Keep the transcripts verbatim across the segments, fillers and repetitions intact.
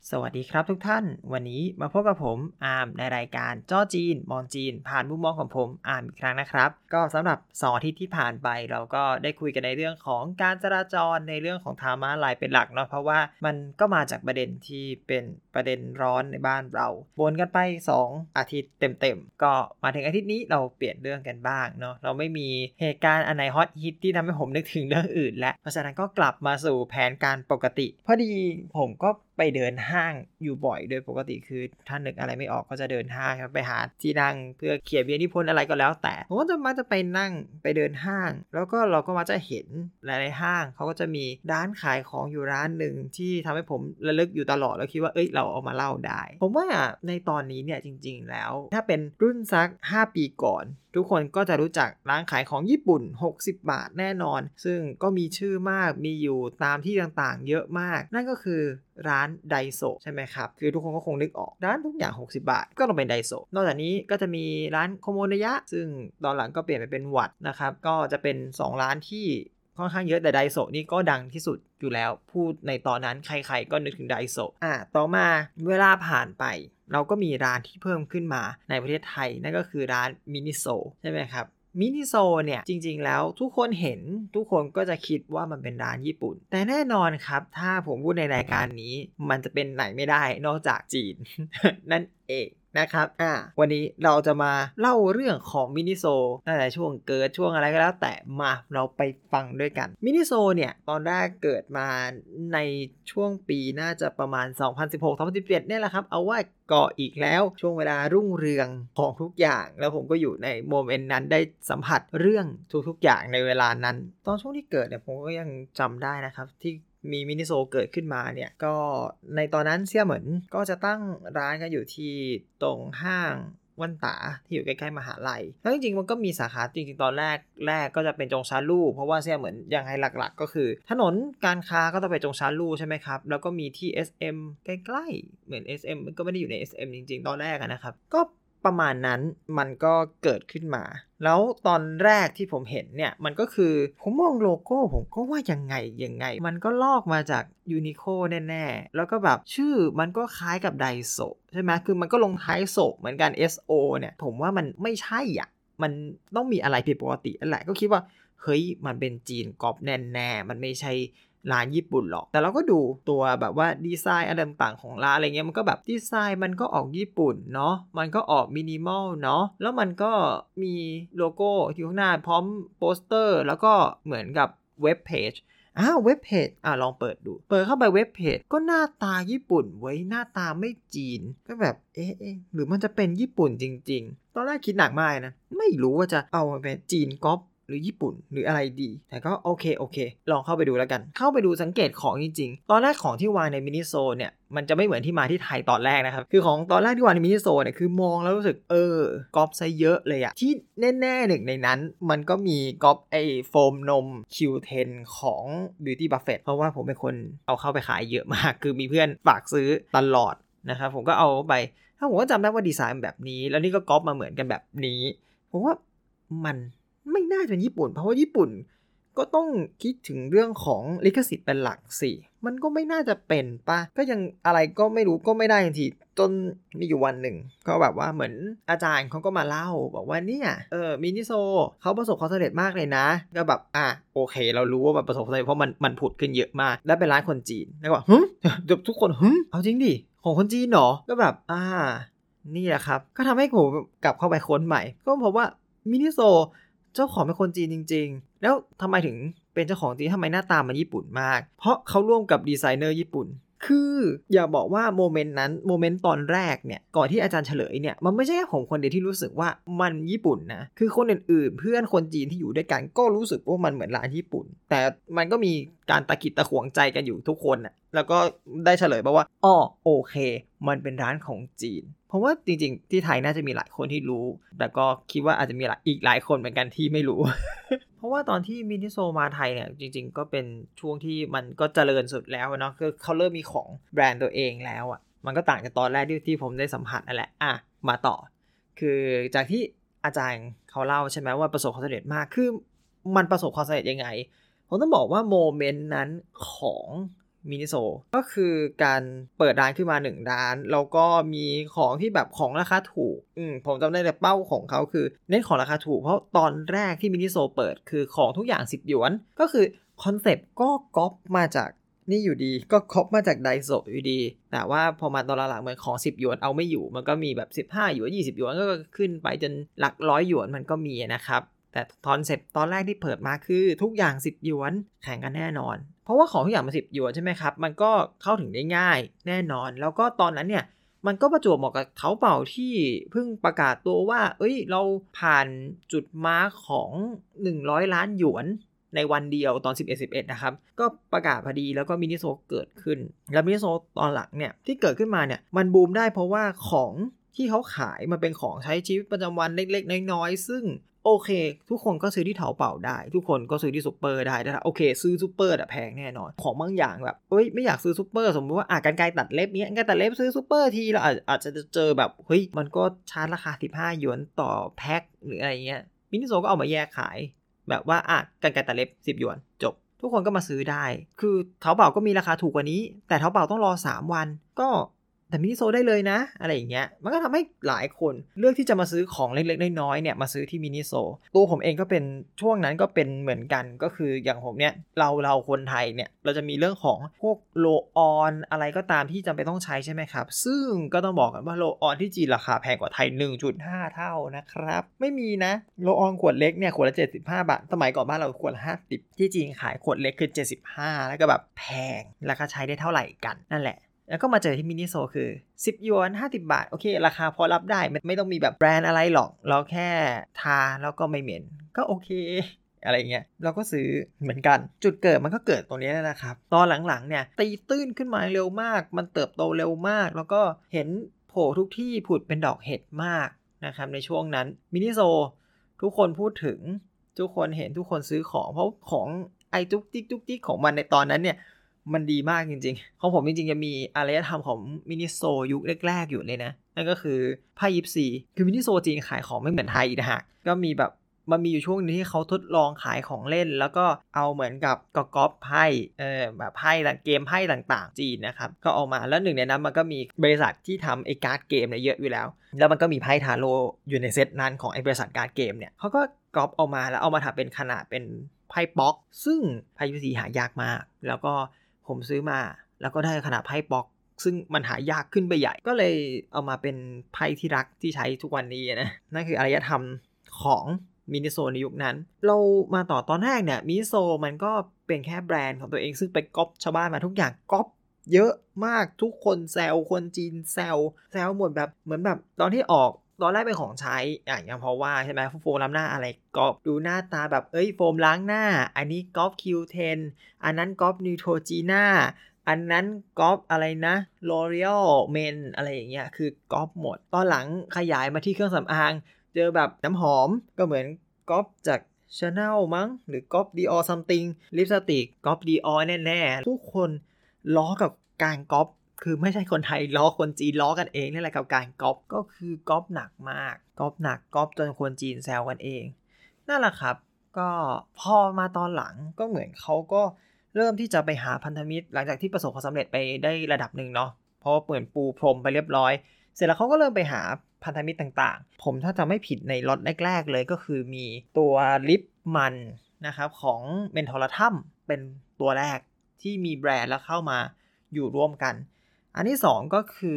สวัสดีครับทุกท่านวันนี้มาพบกับผมอาร์มในรายการจ้อจีนมองจีนผ่านมุมมองของผมอาร์มอีกครั้งนะครับก็สำหรับสองอาทิตย์ที่ผ่านไปเราก็ได้คุยกันในเรื่องของการจราจรในเรื่องของทางม้าลายเป็นหลักเนาะเพราะว่ามันก็มาจากประเด็นที่เป็นประเด็นร้อนในบ้านเราวนกันไปสองอาทิตย์เต็มๆก็มาถึงอาทิตย์นี้เราเปลี่ยนเรื่องกันบ้างเนาะเราไม่มีเหตุการณ์อันไหนฮอตฮิตที่ทำให้ผมนึกถึงเรื่องอื่นและเพราะฉะนั้นก็กลับมาสู่แผนการปกติพอดีผมก็ไปเดินห้างอยู่บ่อยโดยปกติคือถ้านึกอะไรไม่ออกก็จะเดินห้างครับไปหาที่นั่งเพื่อเขียนวิทยานิพนธ์อะไรก็แล้วแต่ผมก็จะมักจะไปนั่งไปเดินห้างแล้วก็เราก็มักจะเห็นหลายๆห้างเขาก็จะมีร้านขายของอยู่ร้านหนึ่งที่ทำให้ผมระลึกอยู่ตลอดแล้วคิดว่าเอ้ยเราเอามาเล่าได้ผมว่าในตอนนี้เนี่ยจริงๆแล้วถ้าเป็นรุ่นสักห้าปีก่อนทุกคนก็จะรู้จักร้านขายของญี่ปุ่นหกสิบบาทแน่นอนซึ่งก็มีชื่อมากมีอยู่ตามที่ต่างๆเยอะมากนั่นก็คือร้านไดโซะใช่ไหมครับคือทุกคนก็คงนึกออกร้านทุกอย่างหกสิบบาทก็ต้องเป็นไดโซะนอกจากนี้ก็จะมีร้านโคโมโนยะซึ่งตอนหลังก็เปลี่ยนไปเป็นวัดนะครับก็จะเป็นสองร้านที่ค่อนข้างเยอะแต่ไดโซะนี่ก็ดังที่สุดอยู่แล้วพูดในตอนนั้นใครๆก็นึกถึงไดโซะอ่ะต่อมาเวลาผ่านไปเราก็มีร้านที่เพิ่มขึ้นมาในประเทศไทยนั่นก็คือร้านมินิโซใช่ไหมครับมินิโซเนี่ยจริงๆแล้วทุกคนเห็นทุกคนก็จะคิดว่ามันเป็นร้านญี่ปุ่นแต่แน่นอนครับถ้าผมพูดในรายการนี้มันจะเป็นไหนไม่ได้นอกจากจีน นั่นเองนะครับอ่าวันนี้เราจะมาเล่าเรื่องของมินิโซตั้งแต่ช่วงเกิดช่วงอะไรก็แล้วแต่มาเราไปฟังด้วยกันมินิโซเนี่ยตอนแรกเกิดมาในช่วงปีน่าจะประมาณสองพันสิบหก สองพันสิบเจ็ดเนี่ยแหละครับเอาว่าก่ออีกแล้วช่วงเวลารุ่งเรืองของทุกอย่างแล้วผมก็อยู่ในโมเมนต์นั้นได้สัมผัสเรื่องทุกๆอย่างในเวลานั้นตอนช่วงที่เกิดเนี่ยผมก็ยังจำได้นะครับที่มีมินิโซเกิดขึ้นมาเนี่ยก็ในตอนนั้นเสี่ยเหมินก็จะตั้งร้านกันอยู่ที่ตรงห้างวันตาที่อยู่ใกล้ๆมหาลัยแล้วจริงๆมันก็มีสาขาจริงๆตอนแรกแรกก็จะเป็นจงชาลู่เพราะว่าเสี่ยเหมินยังไงหลักๆก็คือถนนการค้าก็ต้องไปจงชาลู่ใช่ไหมครับแล้วก็มีที่ เอส เอ็ม ใกล้ๆเหมือน เอส เอ็ม มันก็ไม่ได้อยู่ใน เอส เอ็ม จริงๆตอนแรกนะครับก็ประมาณนั้นมันก็เกิดขึ้นมาแล้วตอนแรกที่ผมเห็นเนี่ยมันก็คือผมมองโลโก้ผมก็ว่ายังไงยังไงมันก็ลอกมาจากยูนิโคแน่ๆแล้วก็แบบชื่อมันก็คล้ายกับไดโซะใช่ไหมคือมันก็ลงท้ายโซะเหมือนกัน เอส โอ เนี่ยผมว่ามันไม่ใช่อ่ะมันต้องมีอะไรผิดปกตินั่นแหละก็คิดว่าเฮ้ยมันเป็นจีนก๊อปแน่ๆมันไม่ใช่ร้านญี่ปุ่นหรอกแต่เราก็ดูตัวแบบว่าดีไซน์อะไรต่างๆของร้านอะไรเงี้ยมันก็แบบดีไซน์มันก็ออกญี่ปุ่นเนาะมันก็ออกมินิมอลเนาะแล้วมันก็มีโลโก้อยู่ข้างหน้าพร้อมโปสเตอร์แล้วก็เหมือนกับเว็บเพจอ้าวเว็บเพจอ่ะลองเปิดดูเปิดเข้าไปเว็บเพจก็หน้าตาญี่ปุ่นไว้หน้าตาไม่จีนก็แบบเอ๊ะเอ๊ะหรือมันจะเป็นญี่ปุ่นจริงๆตอนแรกคิดหนักมากนะไม่รู้ว่าจะเอามาเป็นจีนก๊อปหรือญี่ปุ่นหรืออะไรดีแต่ก็โอเคโอเคลองเข้าไปดูแล้วกันเข้าไปดูสังเกตของจริงๆตอนแรกของที่วางในมินิโซเนี่ยมันจะไม่เหมือนที่มาที่ไทยตอนแรกนะครับคือของตอนแรกที่วางในมินิโซเนี่ยคือมองแล้วรู้สึกเออก๊อปซะเยอะเลยอะที่แน่ๆหนึ่งในนั้นมันก็มีก๊อปไอโฟมนม คิว เท็น ของ Beauty Buffet เพราะว่าผมเป็นคนเอาเข้าไปขายเยอะมากคือมีเพื่อนฝากซื้อตลอดนะครับผมก็เอาไปถ้าผมก็จำได้ว่าดีไซน์แบบนี้แล้วนี่ก็ก๊อปมาเหมือนกันแบบนี้ผมว่ามันไม่น่าจะเป็นญี่ปุ่นเพราะว่าญี่ปุ่นก็ต้องคิดถึงเรื่องของลิขสิทธิ์เป็นหลักสิมันก็ไม่น่าจะเป็นป่ะก็ยังอะไรก็ไม่รู้ก็ไม่ได้ทันทีจนมีอยู่วันหนึ่งก็แบบว่าเหมือนอาจารย์เขาก็มาเล่าบอกว่าเนี่ยเออมินิโซเขาประสบความสำเร็จมากเลยนะก็แบบอ่ะโอเคเรารู้ว่ามันประสบความสำเร็จเพราะมันมันผุดขึ้นเยอะมากและเป็นร้านคนจีนแล้วก็ฮึทุกคนฮึเอาจริงดิของคนจีนเหรอก็แบบอ่านี่แหละครับก็ทำให้ผมกลับเข้าไปค้นใหม่ก็พบว่ามินิโซเจ้าของเป็นคนจีนจริงๆแล้วทำไมถึงเป็นเจ้าของจีนทำไมหน้าตามันญี่ปุ่นมากเพราะเขาร่วมกับดีไซเนอร์ญี่ปุ่นคืออย่าบอกว่าโมเมนต์นั้นโมเมนต์ตอนแรกเนี่ยก่อนที่อาจารย์เฉลยเนี่ยมันไม่ใช่แค่ผมคนเดียวที่รู้สึกว่ามันญี่ปุ่นนะคือคนอื่นๆเพื่อนคนจีนที่อยู่ด้วยกันก็รู้สึกว่ามันเหมือนร้านญี่ปุ่นแต่มันก็มีการตะกิดตะขวงใจกันอยู่ทุกคนน่ะแล้วก็ได้เฉลยมาว่าอ้อโอเคมันเป็นร้านของจีนเพราะว่าจริงๆที่ไทยน่าจะมีหลายคนที่รู้แต่ก็คิดว่าอาจจะมีอีกหลายคนเหมือนกันที่ไม่รู้ เพราะว่าตอนที่มินิโซมาไทยเนี่ยจริงๆก็เป็นช่วงที่มันก็เจริญสุดแล้วเนาะคือเขาเริ่มมีของแบรนด์ตัวเองแล้วอ่ะมันก็ต่างจากตอนแรกที่ที่ผมได้สัมผัสนั่นแหละอ่ะมาต่อคือจากที่อาจารย์เขาเล่าใช่ไหมว่าประสบความสำเร็จมากคือมันประสบความสำเร็จยังไงผมต้องบอกว่าโมเมนต์นั้นของมินิโซก็คือการเปิดร้านขึ้นมาหนึ่งร้านแล้วก็มีของที่แบบของราคาถูกอืมผมจำได้แต่เป้าของเขาคือเน้นของราคาถูกเพราะตอนแรกที่มินิโซเปิดคือของทุกอย่างสิบหยวนก็คือคอนเซปต์ก็ก๊อปมาจากนี่อยู่ดีก็ก๊อปมาจากไดโซะอยู่ดีแต่ว่าพอมาตอนหลังๆเหมือนของสิบหยวนเอาไม่อยู่มันก็มีแบบสิบห้าหยวนยี่สิบหยวนก็ขึ้นไปจนหลักร้อยหยวนมันก็มีนะครับแต่คอนเซปต์ตอนแรกที่เปิดมาคือทุกอย่างสิบหยวนแข่งกันแน่นอนเพราะว่าของทุกอย่างมันสิบหยวนใช่ไหมครับมันก็เข้าถึงได้ง่ายแน่นอนแล้วก็ตอนนั้นเนี่ยมันก็ประจวบเหมาะกับเขาเป่าที่เพิ่งประกาศตัวว่าเอ้ยเราผ่านจุดมาร์คของหนึ่งร้อยล้านหยวนในวันเดียวตอนสิบเอ็ด สิบเอ็ดนะครับก็ประกาศพอดีแล้วก็มินิโซเกิดขึ้นแล้วมินิโซตอนหลังเนี่ยที่เกิดขึ้นมาเนี่ยมันบูมได้เพราะว่าของที่เขาขายมันเป็นของใช้ชีวิตประจำวันเล็กๆน้อยๆซึ่งโอเคทุกคนก็ซื้อที่เถาเป่าได้ทุกคนก็ซื้อที่ซุปเปอร์ได้แต่โอเคซื้อซุปเปอร์แต่แพงแน่นอนของบางอย่างแบบเอ้ยไม่อยากซื้อซุปเปอร์สมมติว่าอ่ะกรรไกรตัดเล็บเนี้ยกรรไกรตัดเล็บซื้อซุปเปอร์ทีเราอาจอาจจะเจอแบบเฮ้ยมันก็ชาร์จราคาสิบห้าหยวนต่อแพ็คหรืออะไรเงี้ยมินิโซก็เอามาแยกขายแบบว่าอ่ะกรรไกรตัดเล็บสิบหยวนจบทุกคนก็มาซื้อได้คือเถาเป่าก็มีราคาถูกกว่านี้แต่เถาเป่าต้องรอสามวันก็แต่มินิโซได้เลยนะอะไรอย่างเงี้ยมันก็ทำให้หลายคนเลือกที่จะมาซื้อของเล็กๆน้อยๆเนี่ยมาซื้อที่มินิโซตัวผมเองก็เป็นช่วงนั้นก็เป็นเหมือนกันก็คืออย่างผมเนี่ยเราเราคนไทยเนี่ยเราจะมีเรื่องของพวกโลออนอะไรก็ตามที่จำเป็นต้องใช้ใช่ไหมครับซึ่งก็ต้องบอกกันว่าโลออนที่จีนราคาแพงกว่าไทย หนึ่งจุดห้า เท่านะครับไม่มีนะโลออนขวดเล็กเนี่ยขวดละเจ็ดสิบห้าบาทสมัยก่อนบ้านเราขวดละห้าสิบที่จีนขายขวดเล็กคือเจ็ดสิบห้าแล้วก็แบบแพงราคาใช้ได้เท่าไหร่กันนั่นแหละแล้วก็มาเจอที่มินิโซคือสิบหยวนห้าสิบบาทโอเคราคาพอรับได้ไม่ไม่ต้องมีแบบแบรนด์อะไรหรอกเราแค่ทาแล้วก็ไม่เหม็นก็โอเคอะไรเงี้ยเราก็ซื้อเหมือนกันจุดเกิดมันก็เกิดตรงนี้นะครับตอนหลังๆเนี่ยตีตื้นขึ้นมาเร็วมากมันเติบโตเร็วมากแล้วก็เห็นโผล่ทุกที่ผุดเป็นดอกเห็ดมากนะครับในช่วงนั้นมินิโซทุกคนพูดถึงทุกคนเห็นทุกคนซื้อของเพราะของไอจุกจิกจุกจิกของมันในตอนนั้นเนี่ยมันดีมากจริงๆของผมจริงๆจะมีอารยธรรมของมินิโซยุคแรกๆอยู่เลยนะนั่นก็คือไพ่ยิปซีคือมินิโซจีนขายของไม่เหมือนไทยนะฮะก็มีแบบมันมีอยู่ช่วงนึงที่เขาทดลองขายของเล่นแล้วก็เอาเหมือนกับก็ก๊อปไพ่เออแบบไพ่เกมไพ่ต่างๆจีนนะครับก็เอามาแล้วหนึ่งในนั้นมันก็มีบริษัทที่ทำไอ้การ์ดเกมเนี่ยเยอะอยู่แล้วแล้วมันก็มีไพ่ทาโร่อยู่ในเซตนั้นของไอ้บริษัทการ์ดเกมเนี่ยเขาก็ก๊อปเอามาแล้วเอามาทำเป็นขนาดเป็นไพ่ป๊อกซึ่งไพ่ยิปซีหายากมากแล้วก็ผมซื้อมาแล้วก็ได้ขนาดไพ่ป๊อกซึ่งมันหายากขึ้นไปใหญ่ก็เลยเอามาเป็นไพ่ที่รักที่ใช้ทุกวันนี้นะนั่นคืออารยธรรมของมินิโซในยุคนั้นเรามาต่อตอนแรกเนี่ยมินิโซมันก็เป็นแค่แบรนด์ของตัวเองซึ่งไปก๊อปชาวบ้านมาทุกอย่างก๊อปเยอะมากทุกคนแซวคนจีนแซวแซวหมดแบบเหมือนแบบตอนที่ออกตอนแรกเป็นของใช้อ่ะอย่างเพราะว่าใช่ไหมโฟมล้างหน้าอะไรก๊อปดูหน้าตาแบบเอ้ยโฟมล้างหน้าอันนี้ก๊อป คิว เท็น อันนั้นก๊อป Neutrogena อันนั้นก๊อปอะไรนะ L'Oreal Men อะไรอย่างเงี้ยคือก๊อปหมดตอนหลังขยายมาที่เครื่องสำอางเจอแบบน้ำหอมก็เหมือนก๊อปจาก Chanel มั้งหรือก๊อป Dior something ลิปสติกก๊อป Dior แน่ๆทุกคนล้อกับการก๊อปคือไม่ใช่คนไทยล้อคนจีนล้อกันเองนี่แหละกับการก๊อปก็คือก๊อปหนักมากก๊อปหนักก๊อปจนคนจีนแซวกันเองนั่นแหละครับก็พอมาตอนหลังก็เหมือนเขาก็เริ่มที่จะไปหาพันธมิตรหลังจากที่ประสบความสำเร็จไปได้ระดับหนึ่งเนาะเพราะเปิดปูพรมไปเรียบร้อยเสร็จแล้วเขาก็เริ่มไปหาพันธมิตรต่างๆผมถ้าจำไม่ผิดในล็อตแรกๆเลยก็คือมีตัวลิปมันนะครับของเมนทอลทัมเป็นตัวแรกที่มีแบรนด์แล้วเข้ามาอยู่ร่วมกันอันที่สองก็คือ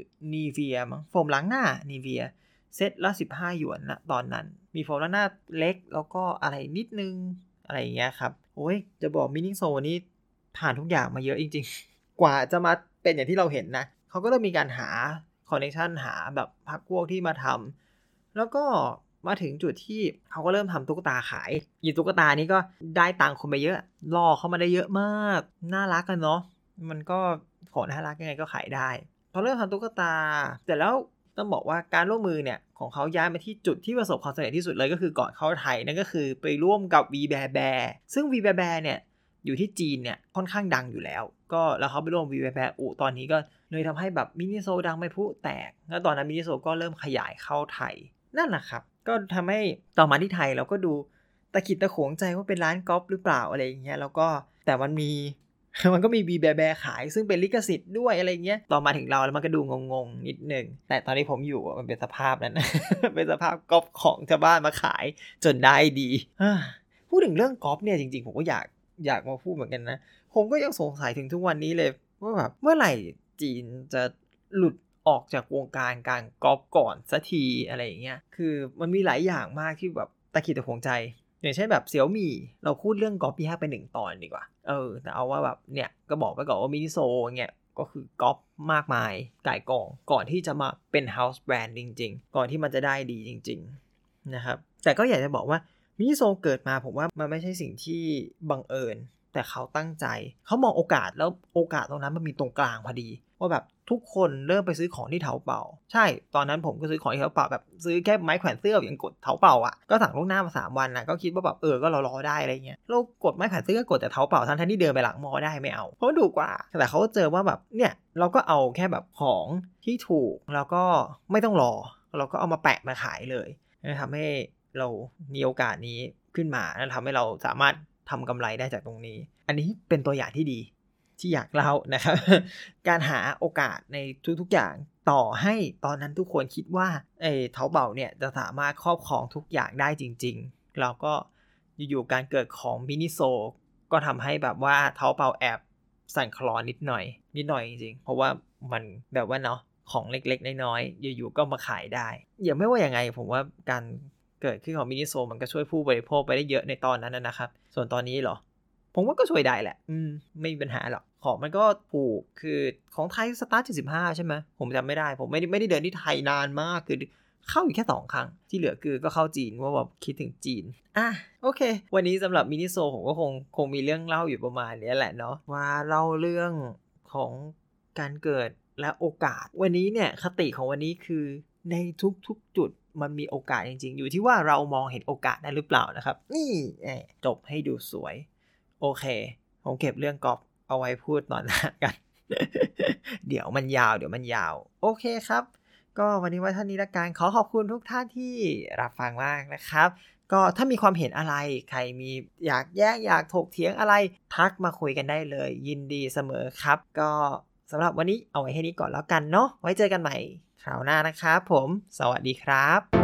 Nivea มั้งโฟมล้างหน้า Nivea เซตละสิบห้าหยวนนะตอนนั้นมีโฟมล้างหน้าเล็กแล้วก็อะไรนิดนึงอะไรอย่างเงี้ยครับโอ้ยจะบอกมินิโซนี่ผ่านทุกอย่างมาเยอะจริงๆกว่าจะมาเป็นอย่างที่เราเห็นนะเขาก็เริ่มมีการหาคอนเนคชั่นหาแบบพรรคพวกที่มาทำแล้วก็มาถึงจุดที่เขาก็เริ่มทำตุ๊กตาขายอีตุ๊กตานี้ก็ได้ตังค์คนไปเยอะล่อเข้ามาได้เยอะมากน่ารักกันเนาะมันก็ของน่ารักยังไงก็ขายได้พอเริ่มทำตุ๊กตาแต่แล้วต้องบอกว่าการร่วมมือเนี่ยของเขาย้ายมาที่จุดที่ประสบความสำเร็จที่สุดเลยก็คือก่อนเข้าไทยนั่นก็คือไปร่วมกับ V Bear Bear ซึ่ง V Bear Bear เนี่ยอยู่ที่จีนเนี่ยค่อนข้างดังอยู่แล้วก็แล้วเขาไปร่วม V Bear Bear อุตอนนี้ก็เลยทำให้แบบมินิโซดังไม่พุแตกแล้วตอนนั้นมินิโซก็เริ่มขยายเข้าไทยนั่นแหละครับก็ทำให้ต่อมาที่ไทยเราก็ดูตะขิดตะขวงใจว่าเป็นร้านก๊อปหรือเปล่าอะไรอย่างเงี้ยแล้วก็แต่มันมีมันก็มีบีแบแบขายซึ่งเป็นลิขสิทธิ์ด้วยอะไรเงี้ยตอนมาถึงเราแล้วมันก็ดูงงๆนิดนึงแต่ตอนที่ผมอยู่มันเป็นสภาพนั้น เป็นสภาพก๊อปของชาวบ้านมาขายจนได้ดีพูดถึงเรื่องก๊อปเนี่ยจริงๆผมก็อยากอยากมาพูดเหมือนกันนะผมก็ยังสงสัยถึงทุกวันนี้เลยว่าแบบเมื่อไหร่จีนจะหลุดออกจากวงการการก๊อปก่อนสักทีอะไรอย่างเงี้ยคือมันมีหลายอย่างมากที่แบบตะขิดตะขวงใจอย่างเช่นแบบเสี่ยวมี่เราพูดเรื่องก๊อปปี้ห้าไปหนึ่งตอนดีกว่าเออแต่เอาว่าแบบเนี่ยก็บอกไปก่อนว่ามินิโซเงี้ยก็คือก๊อปมากมายก่ายกองก่อนที่จะมาเป็น house brand จริงๆก่อนที่มันจะได้ดีจริงๆนะครับแต่ก็อยากจะบอกว่ามินิโซเกิดมาผมว่ามันไม่ใช่สิ่งที่บังเอิญแต่เขาตั้งใจเขามองโอกาสแล้วโอกาสตรงนั้นมันมีตรงกลางพอดีว่าแบบทุกคนเริ่มไปซื้อของที่เถาเป่าใช่ตอนนั้นผมก็ซื้อของที่เถาเป่าแบบซื้อแค่ไม้แขวนเสื้ออย่างกดเถาเป่าอ่ะก็สั่งล่วงหน้ามาสามวันนะก็คิดว่าแบบเออก็รอรอได้อะไรเงี้ยเรากดไม้แขวนเสื้อกดแต่เถาเป่าทั้งที่เดินไปหลังมอได้ไม่เอาเพราะดูกว่าแต่เขาก็เจอว่าแบบเนี่ยเราก็เอาแค่แบบของที่ถูกแล้วก็ไม่ต้องรอเราก็เอามาแปะมาขายเลยทำให้เรามีโอกาสนี้ขึ้นมาแล้วทำให้เราสามารถทำกำไรได้จากตรงนี้อันนี้เป็นตัวอย่างที่ดีที่อยากเล่านะครับ การหาโอกาสในทุกๆอย่างต่อให้ตอนนั้นทุกคนคิดว่าไอ้เถาเป่าเนี่ยจะสามารถครอบครองทุกอย่างได้จริงๆแล้วก็อยู่ๆการเกิดของมินิโซก็ทำให้แบบว่าเถาเป่าแอบสั่นคลอนนิดหน่อยนิดหน่อยจริงๆเพราะว่ามันแบบว่าเนาะของเล็กๆน้อยๆอยู่ๆก็มาขายได้อย่างไม่ว่ายังไงผมว่าการเกิดขึ้นของมินิโซมันก็ช่วยผู้บริโภคไปได้เยอะในตอนนั้นนะครับส่วนตอนนี้เหรอผมว่าก็ช่วยได้แหละอืมไม่มีปัญหาหรอกของมันก็ถูกคือของไทยสตาร์ทเจ็ดสิบห้าใช่ไหมผมจำไม่ได้ผมไม่ได้ไม่ได้เดินที่ไทยนานมากคือเข้าอยู่แค่สองครั้งที่เหลือคือก็เข้าจีนว่าแบบคิดถึงจีนอ่ะโอเควันนี้สำหรับมินิโซผมก็คงคงมีเรื่องเล่าอยู่ประมาณนี้แหละเนาะว่าเล่าเรื่องของการเกิดและโอกาสวันนี้เนี่ยคติของวันนี้คือในทุกๆจุดมันมีโอกาสจริงๆอยู่ที่ว่าเรามองเห็นโอกาสได้หรือเปล่านะครับนี่จบให้ดูสวยโอเคผมเก็บเรื่องกอล์ฟเอาไว้พูดตอนหน้ากัน เดี๋ยวมันยาวเดี๋ยวมันยาวโอเคครับก็วันนี้ไว้เท่านี้ละกันขอขอบคุณทุกท่านที่รับฟังมากนะครับก็ถ้ามีความเห็นอะไรใครมีอยากแย้งอยากถกเถียงอะไรทักมาคุยกันได้เลยยินดีเสมอครับก็สำหรับวันนี้เอาไว้แค่นี้ก่อนแล้วกันเนาะไว้เจอกันใหม่คราวหน้านะครับผมสวัสดีครับ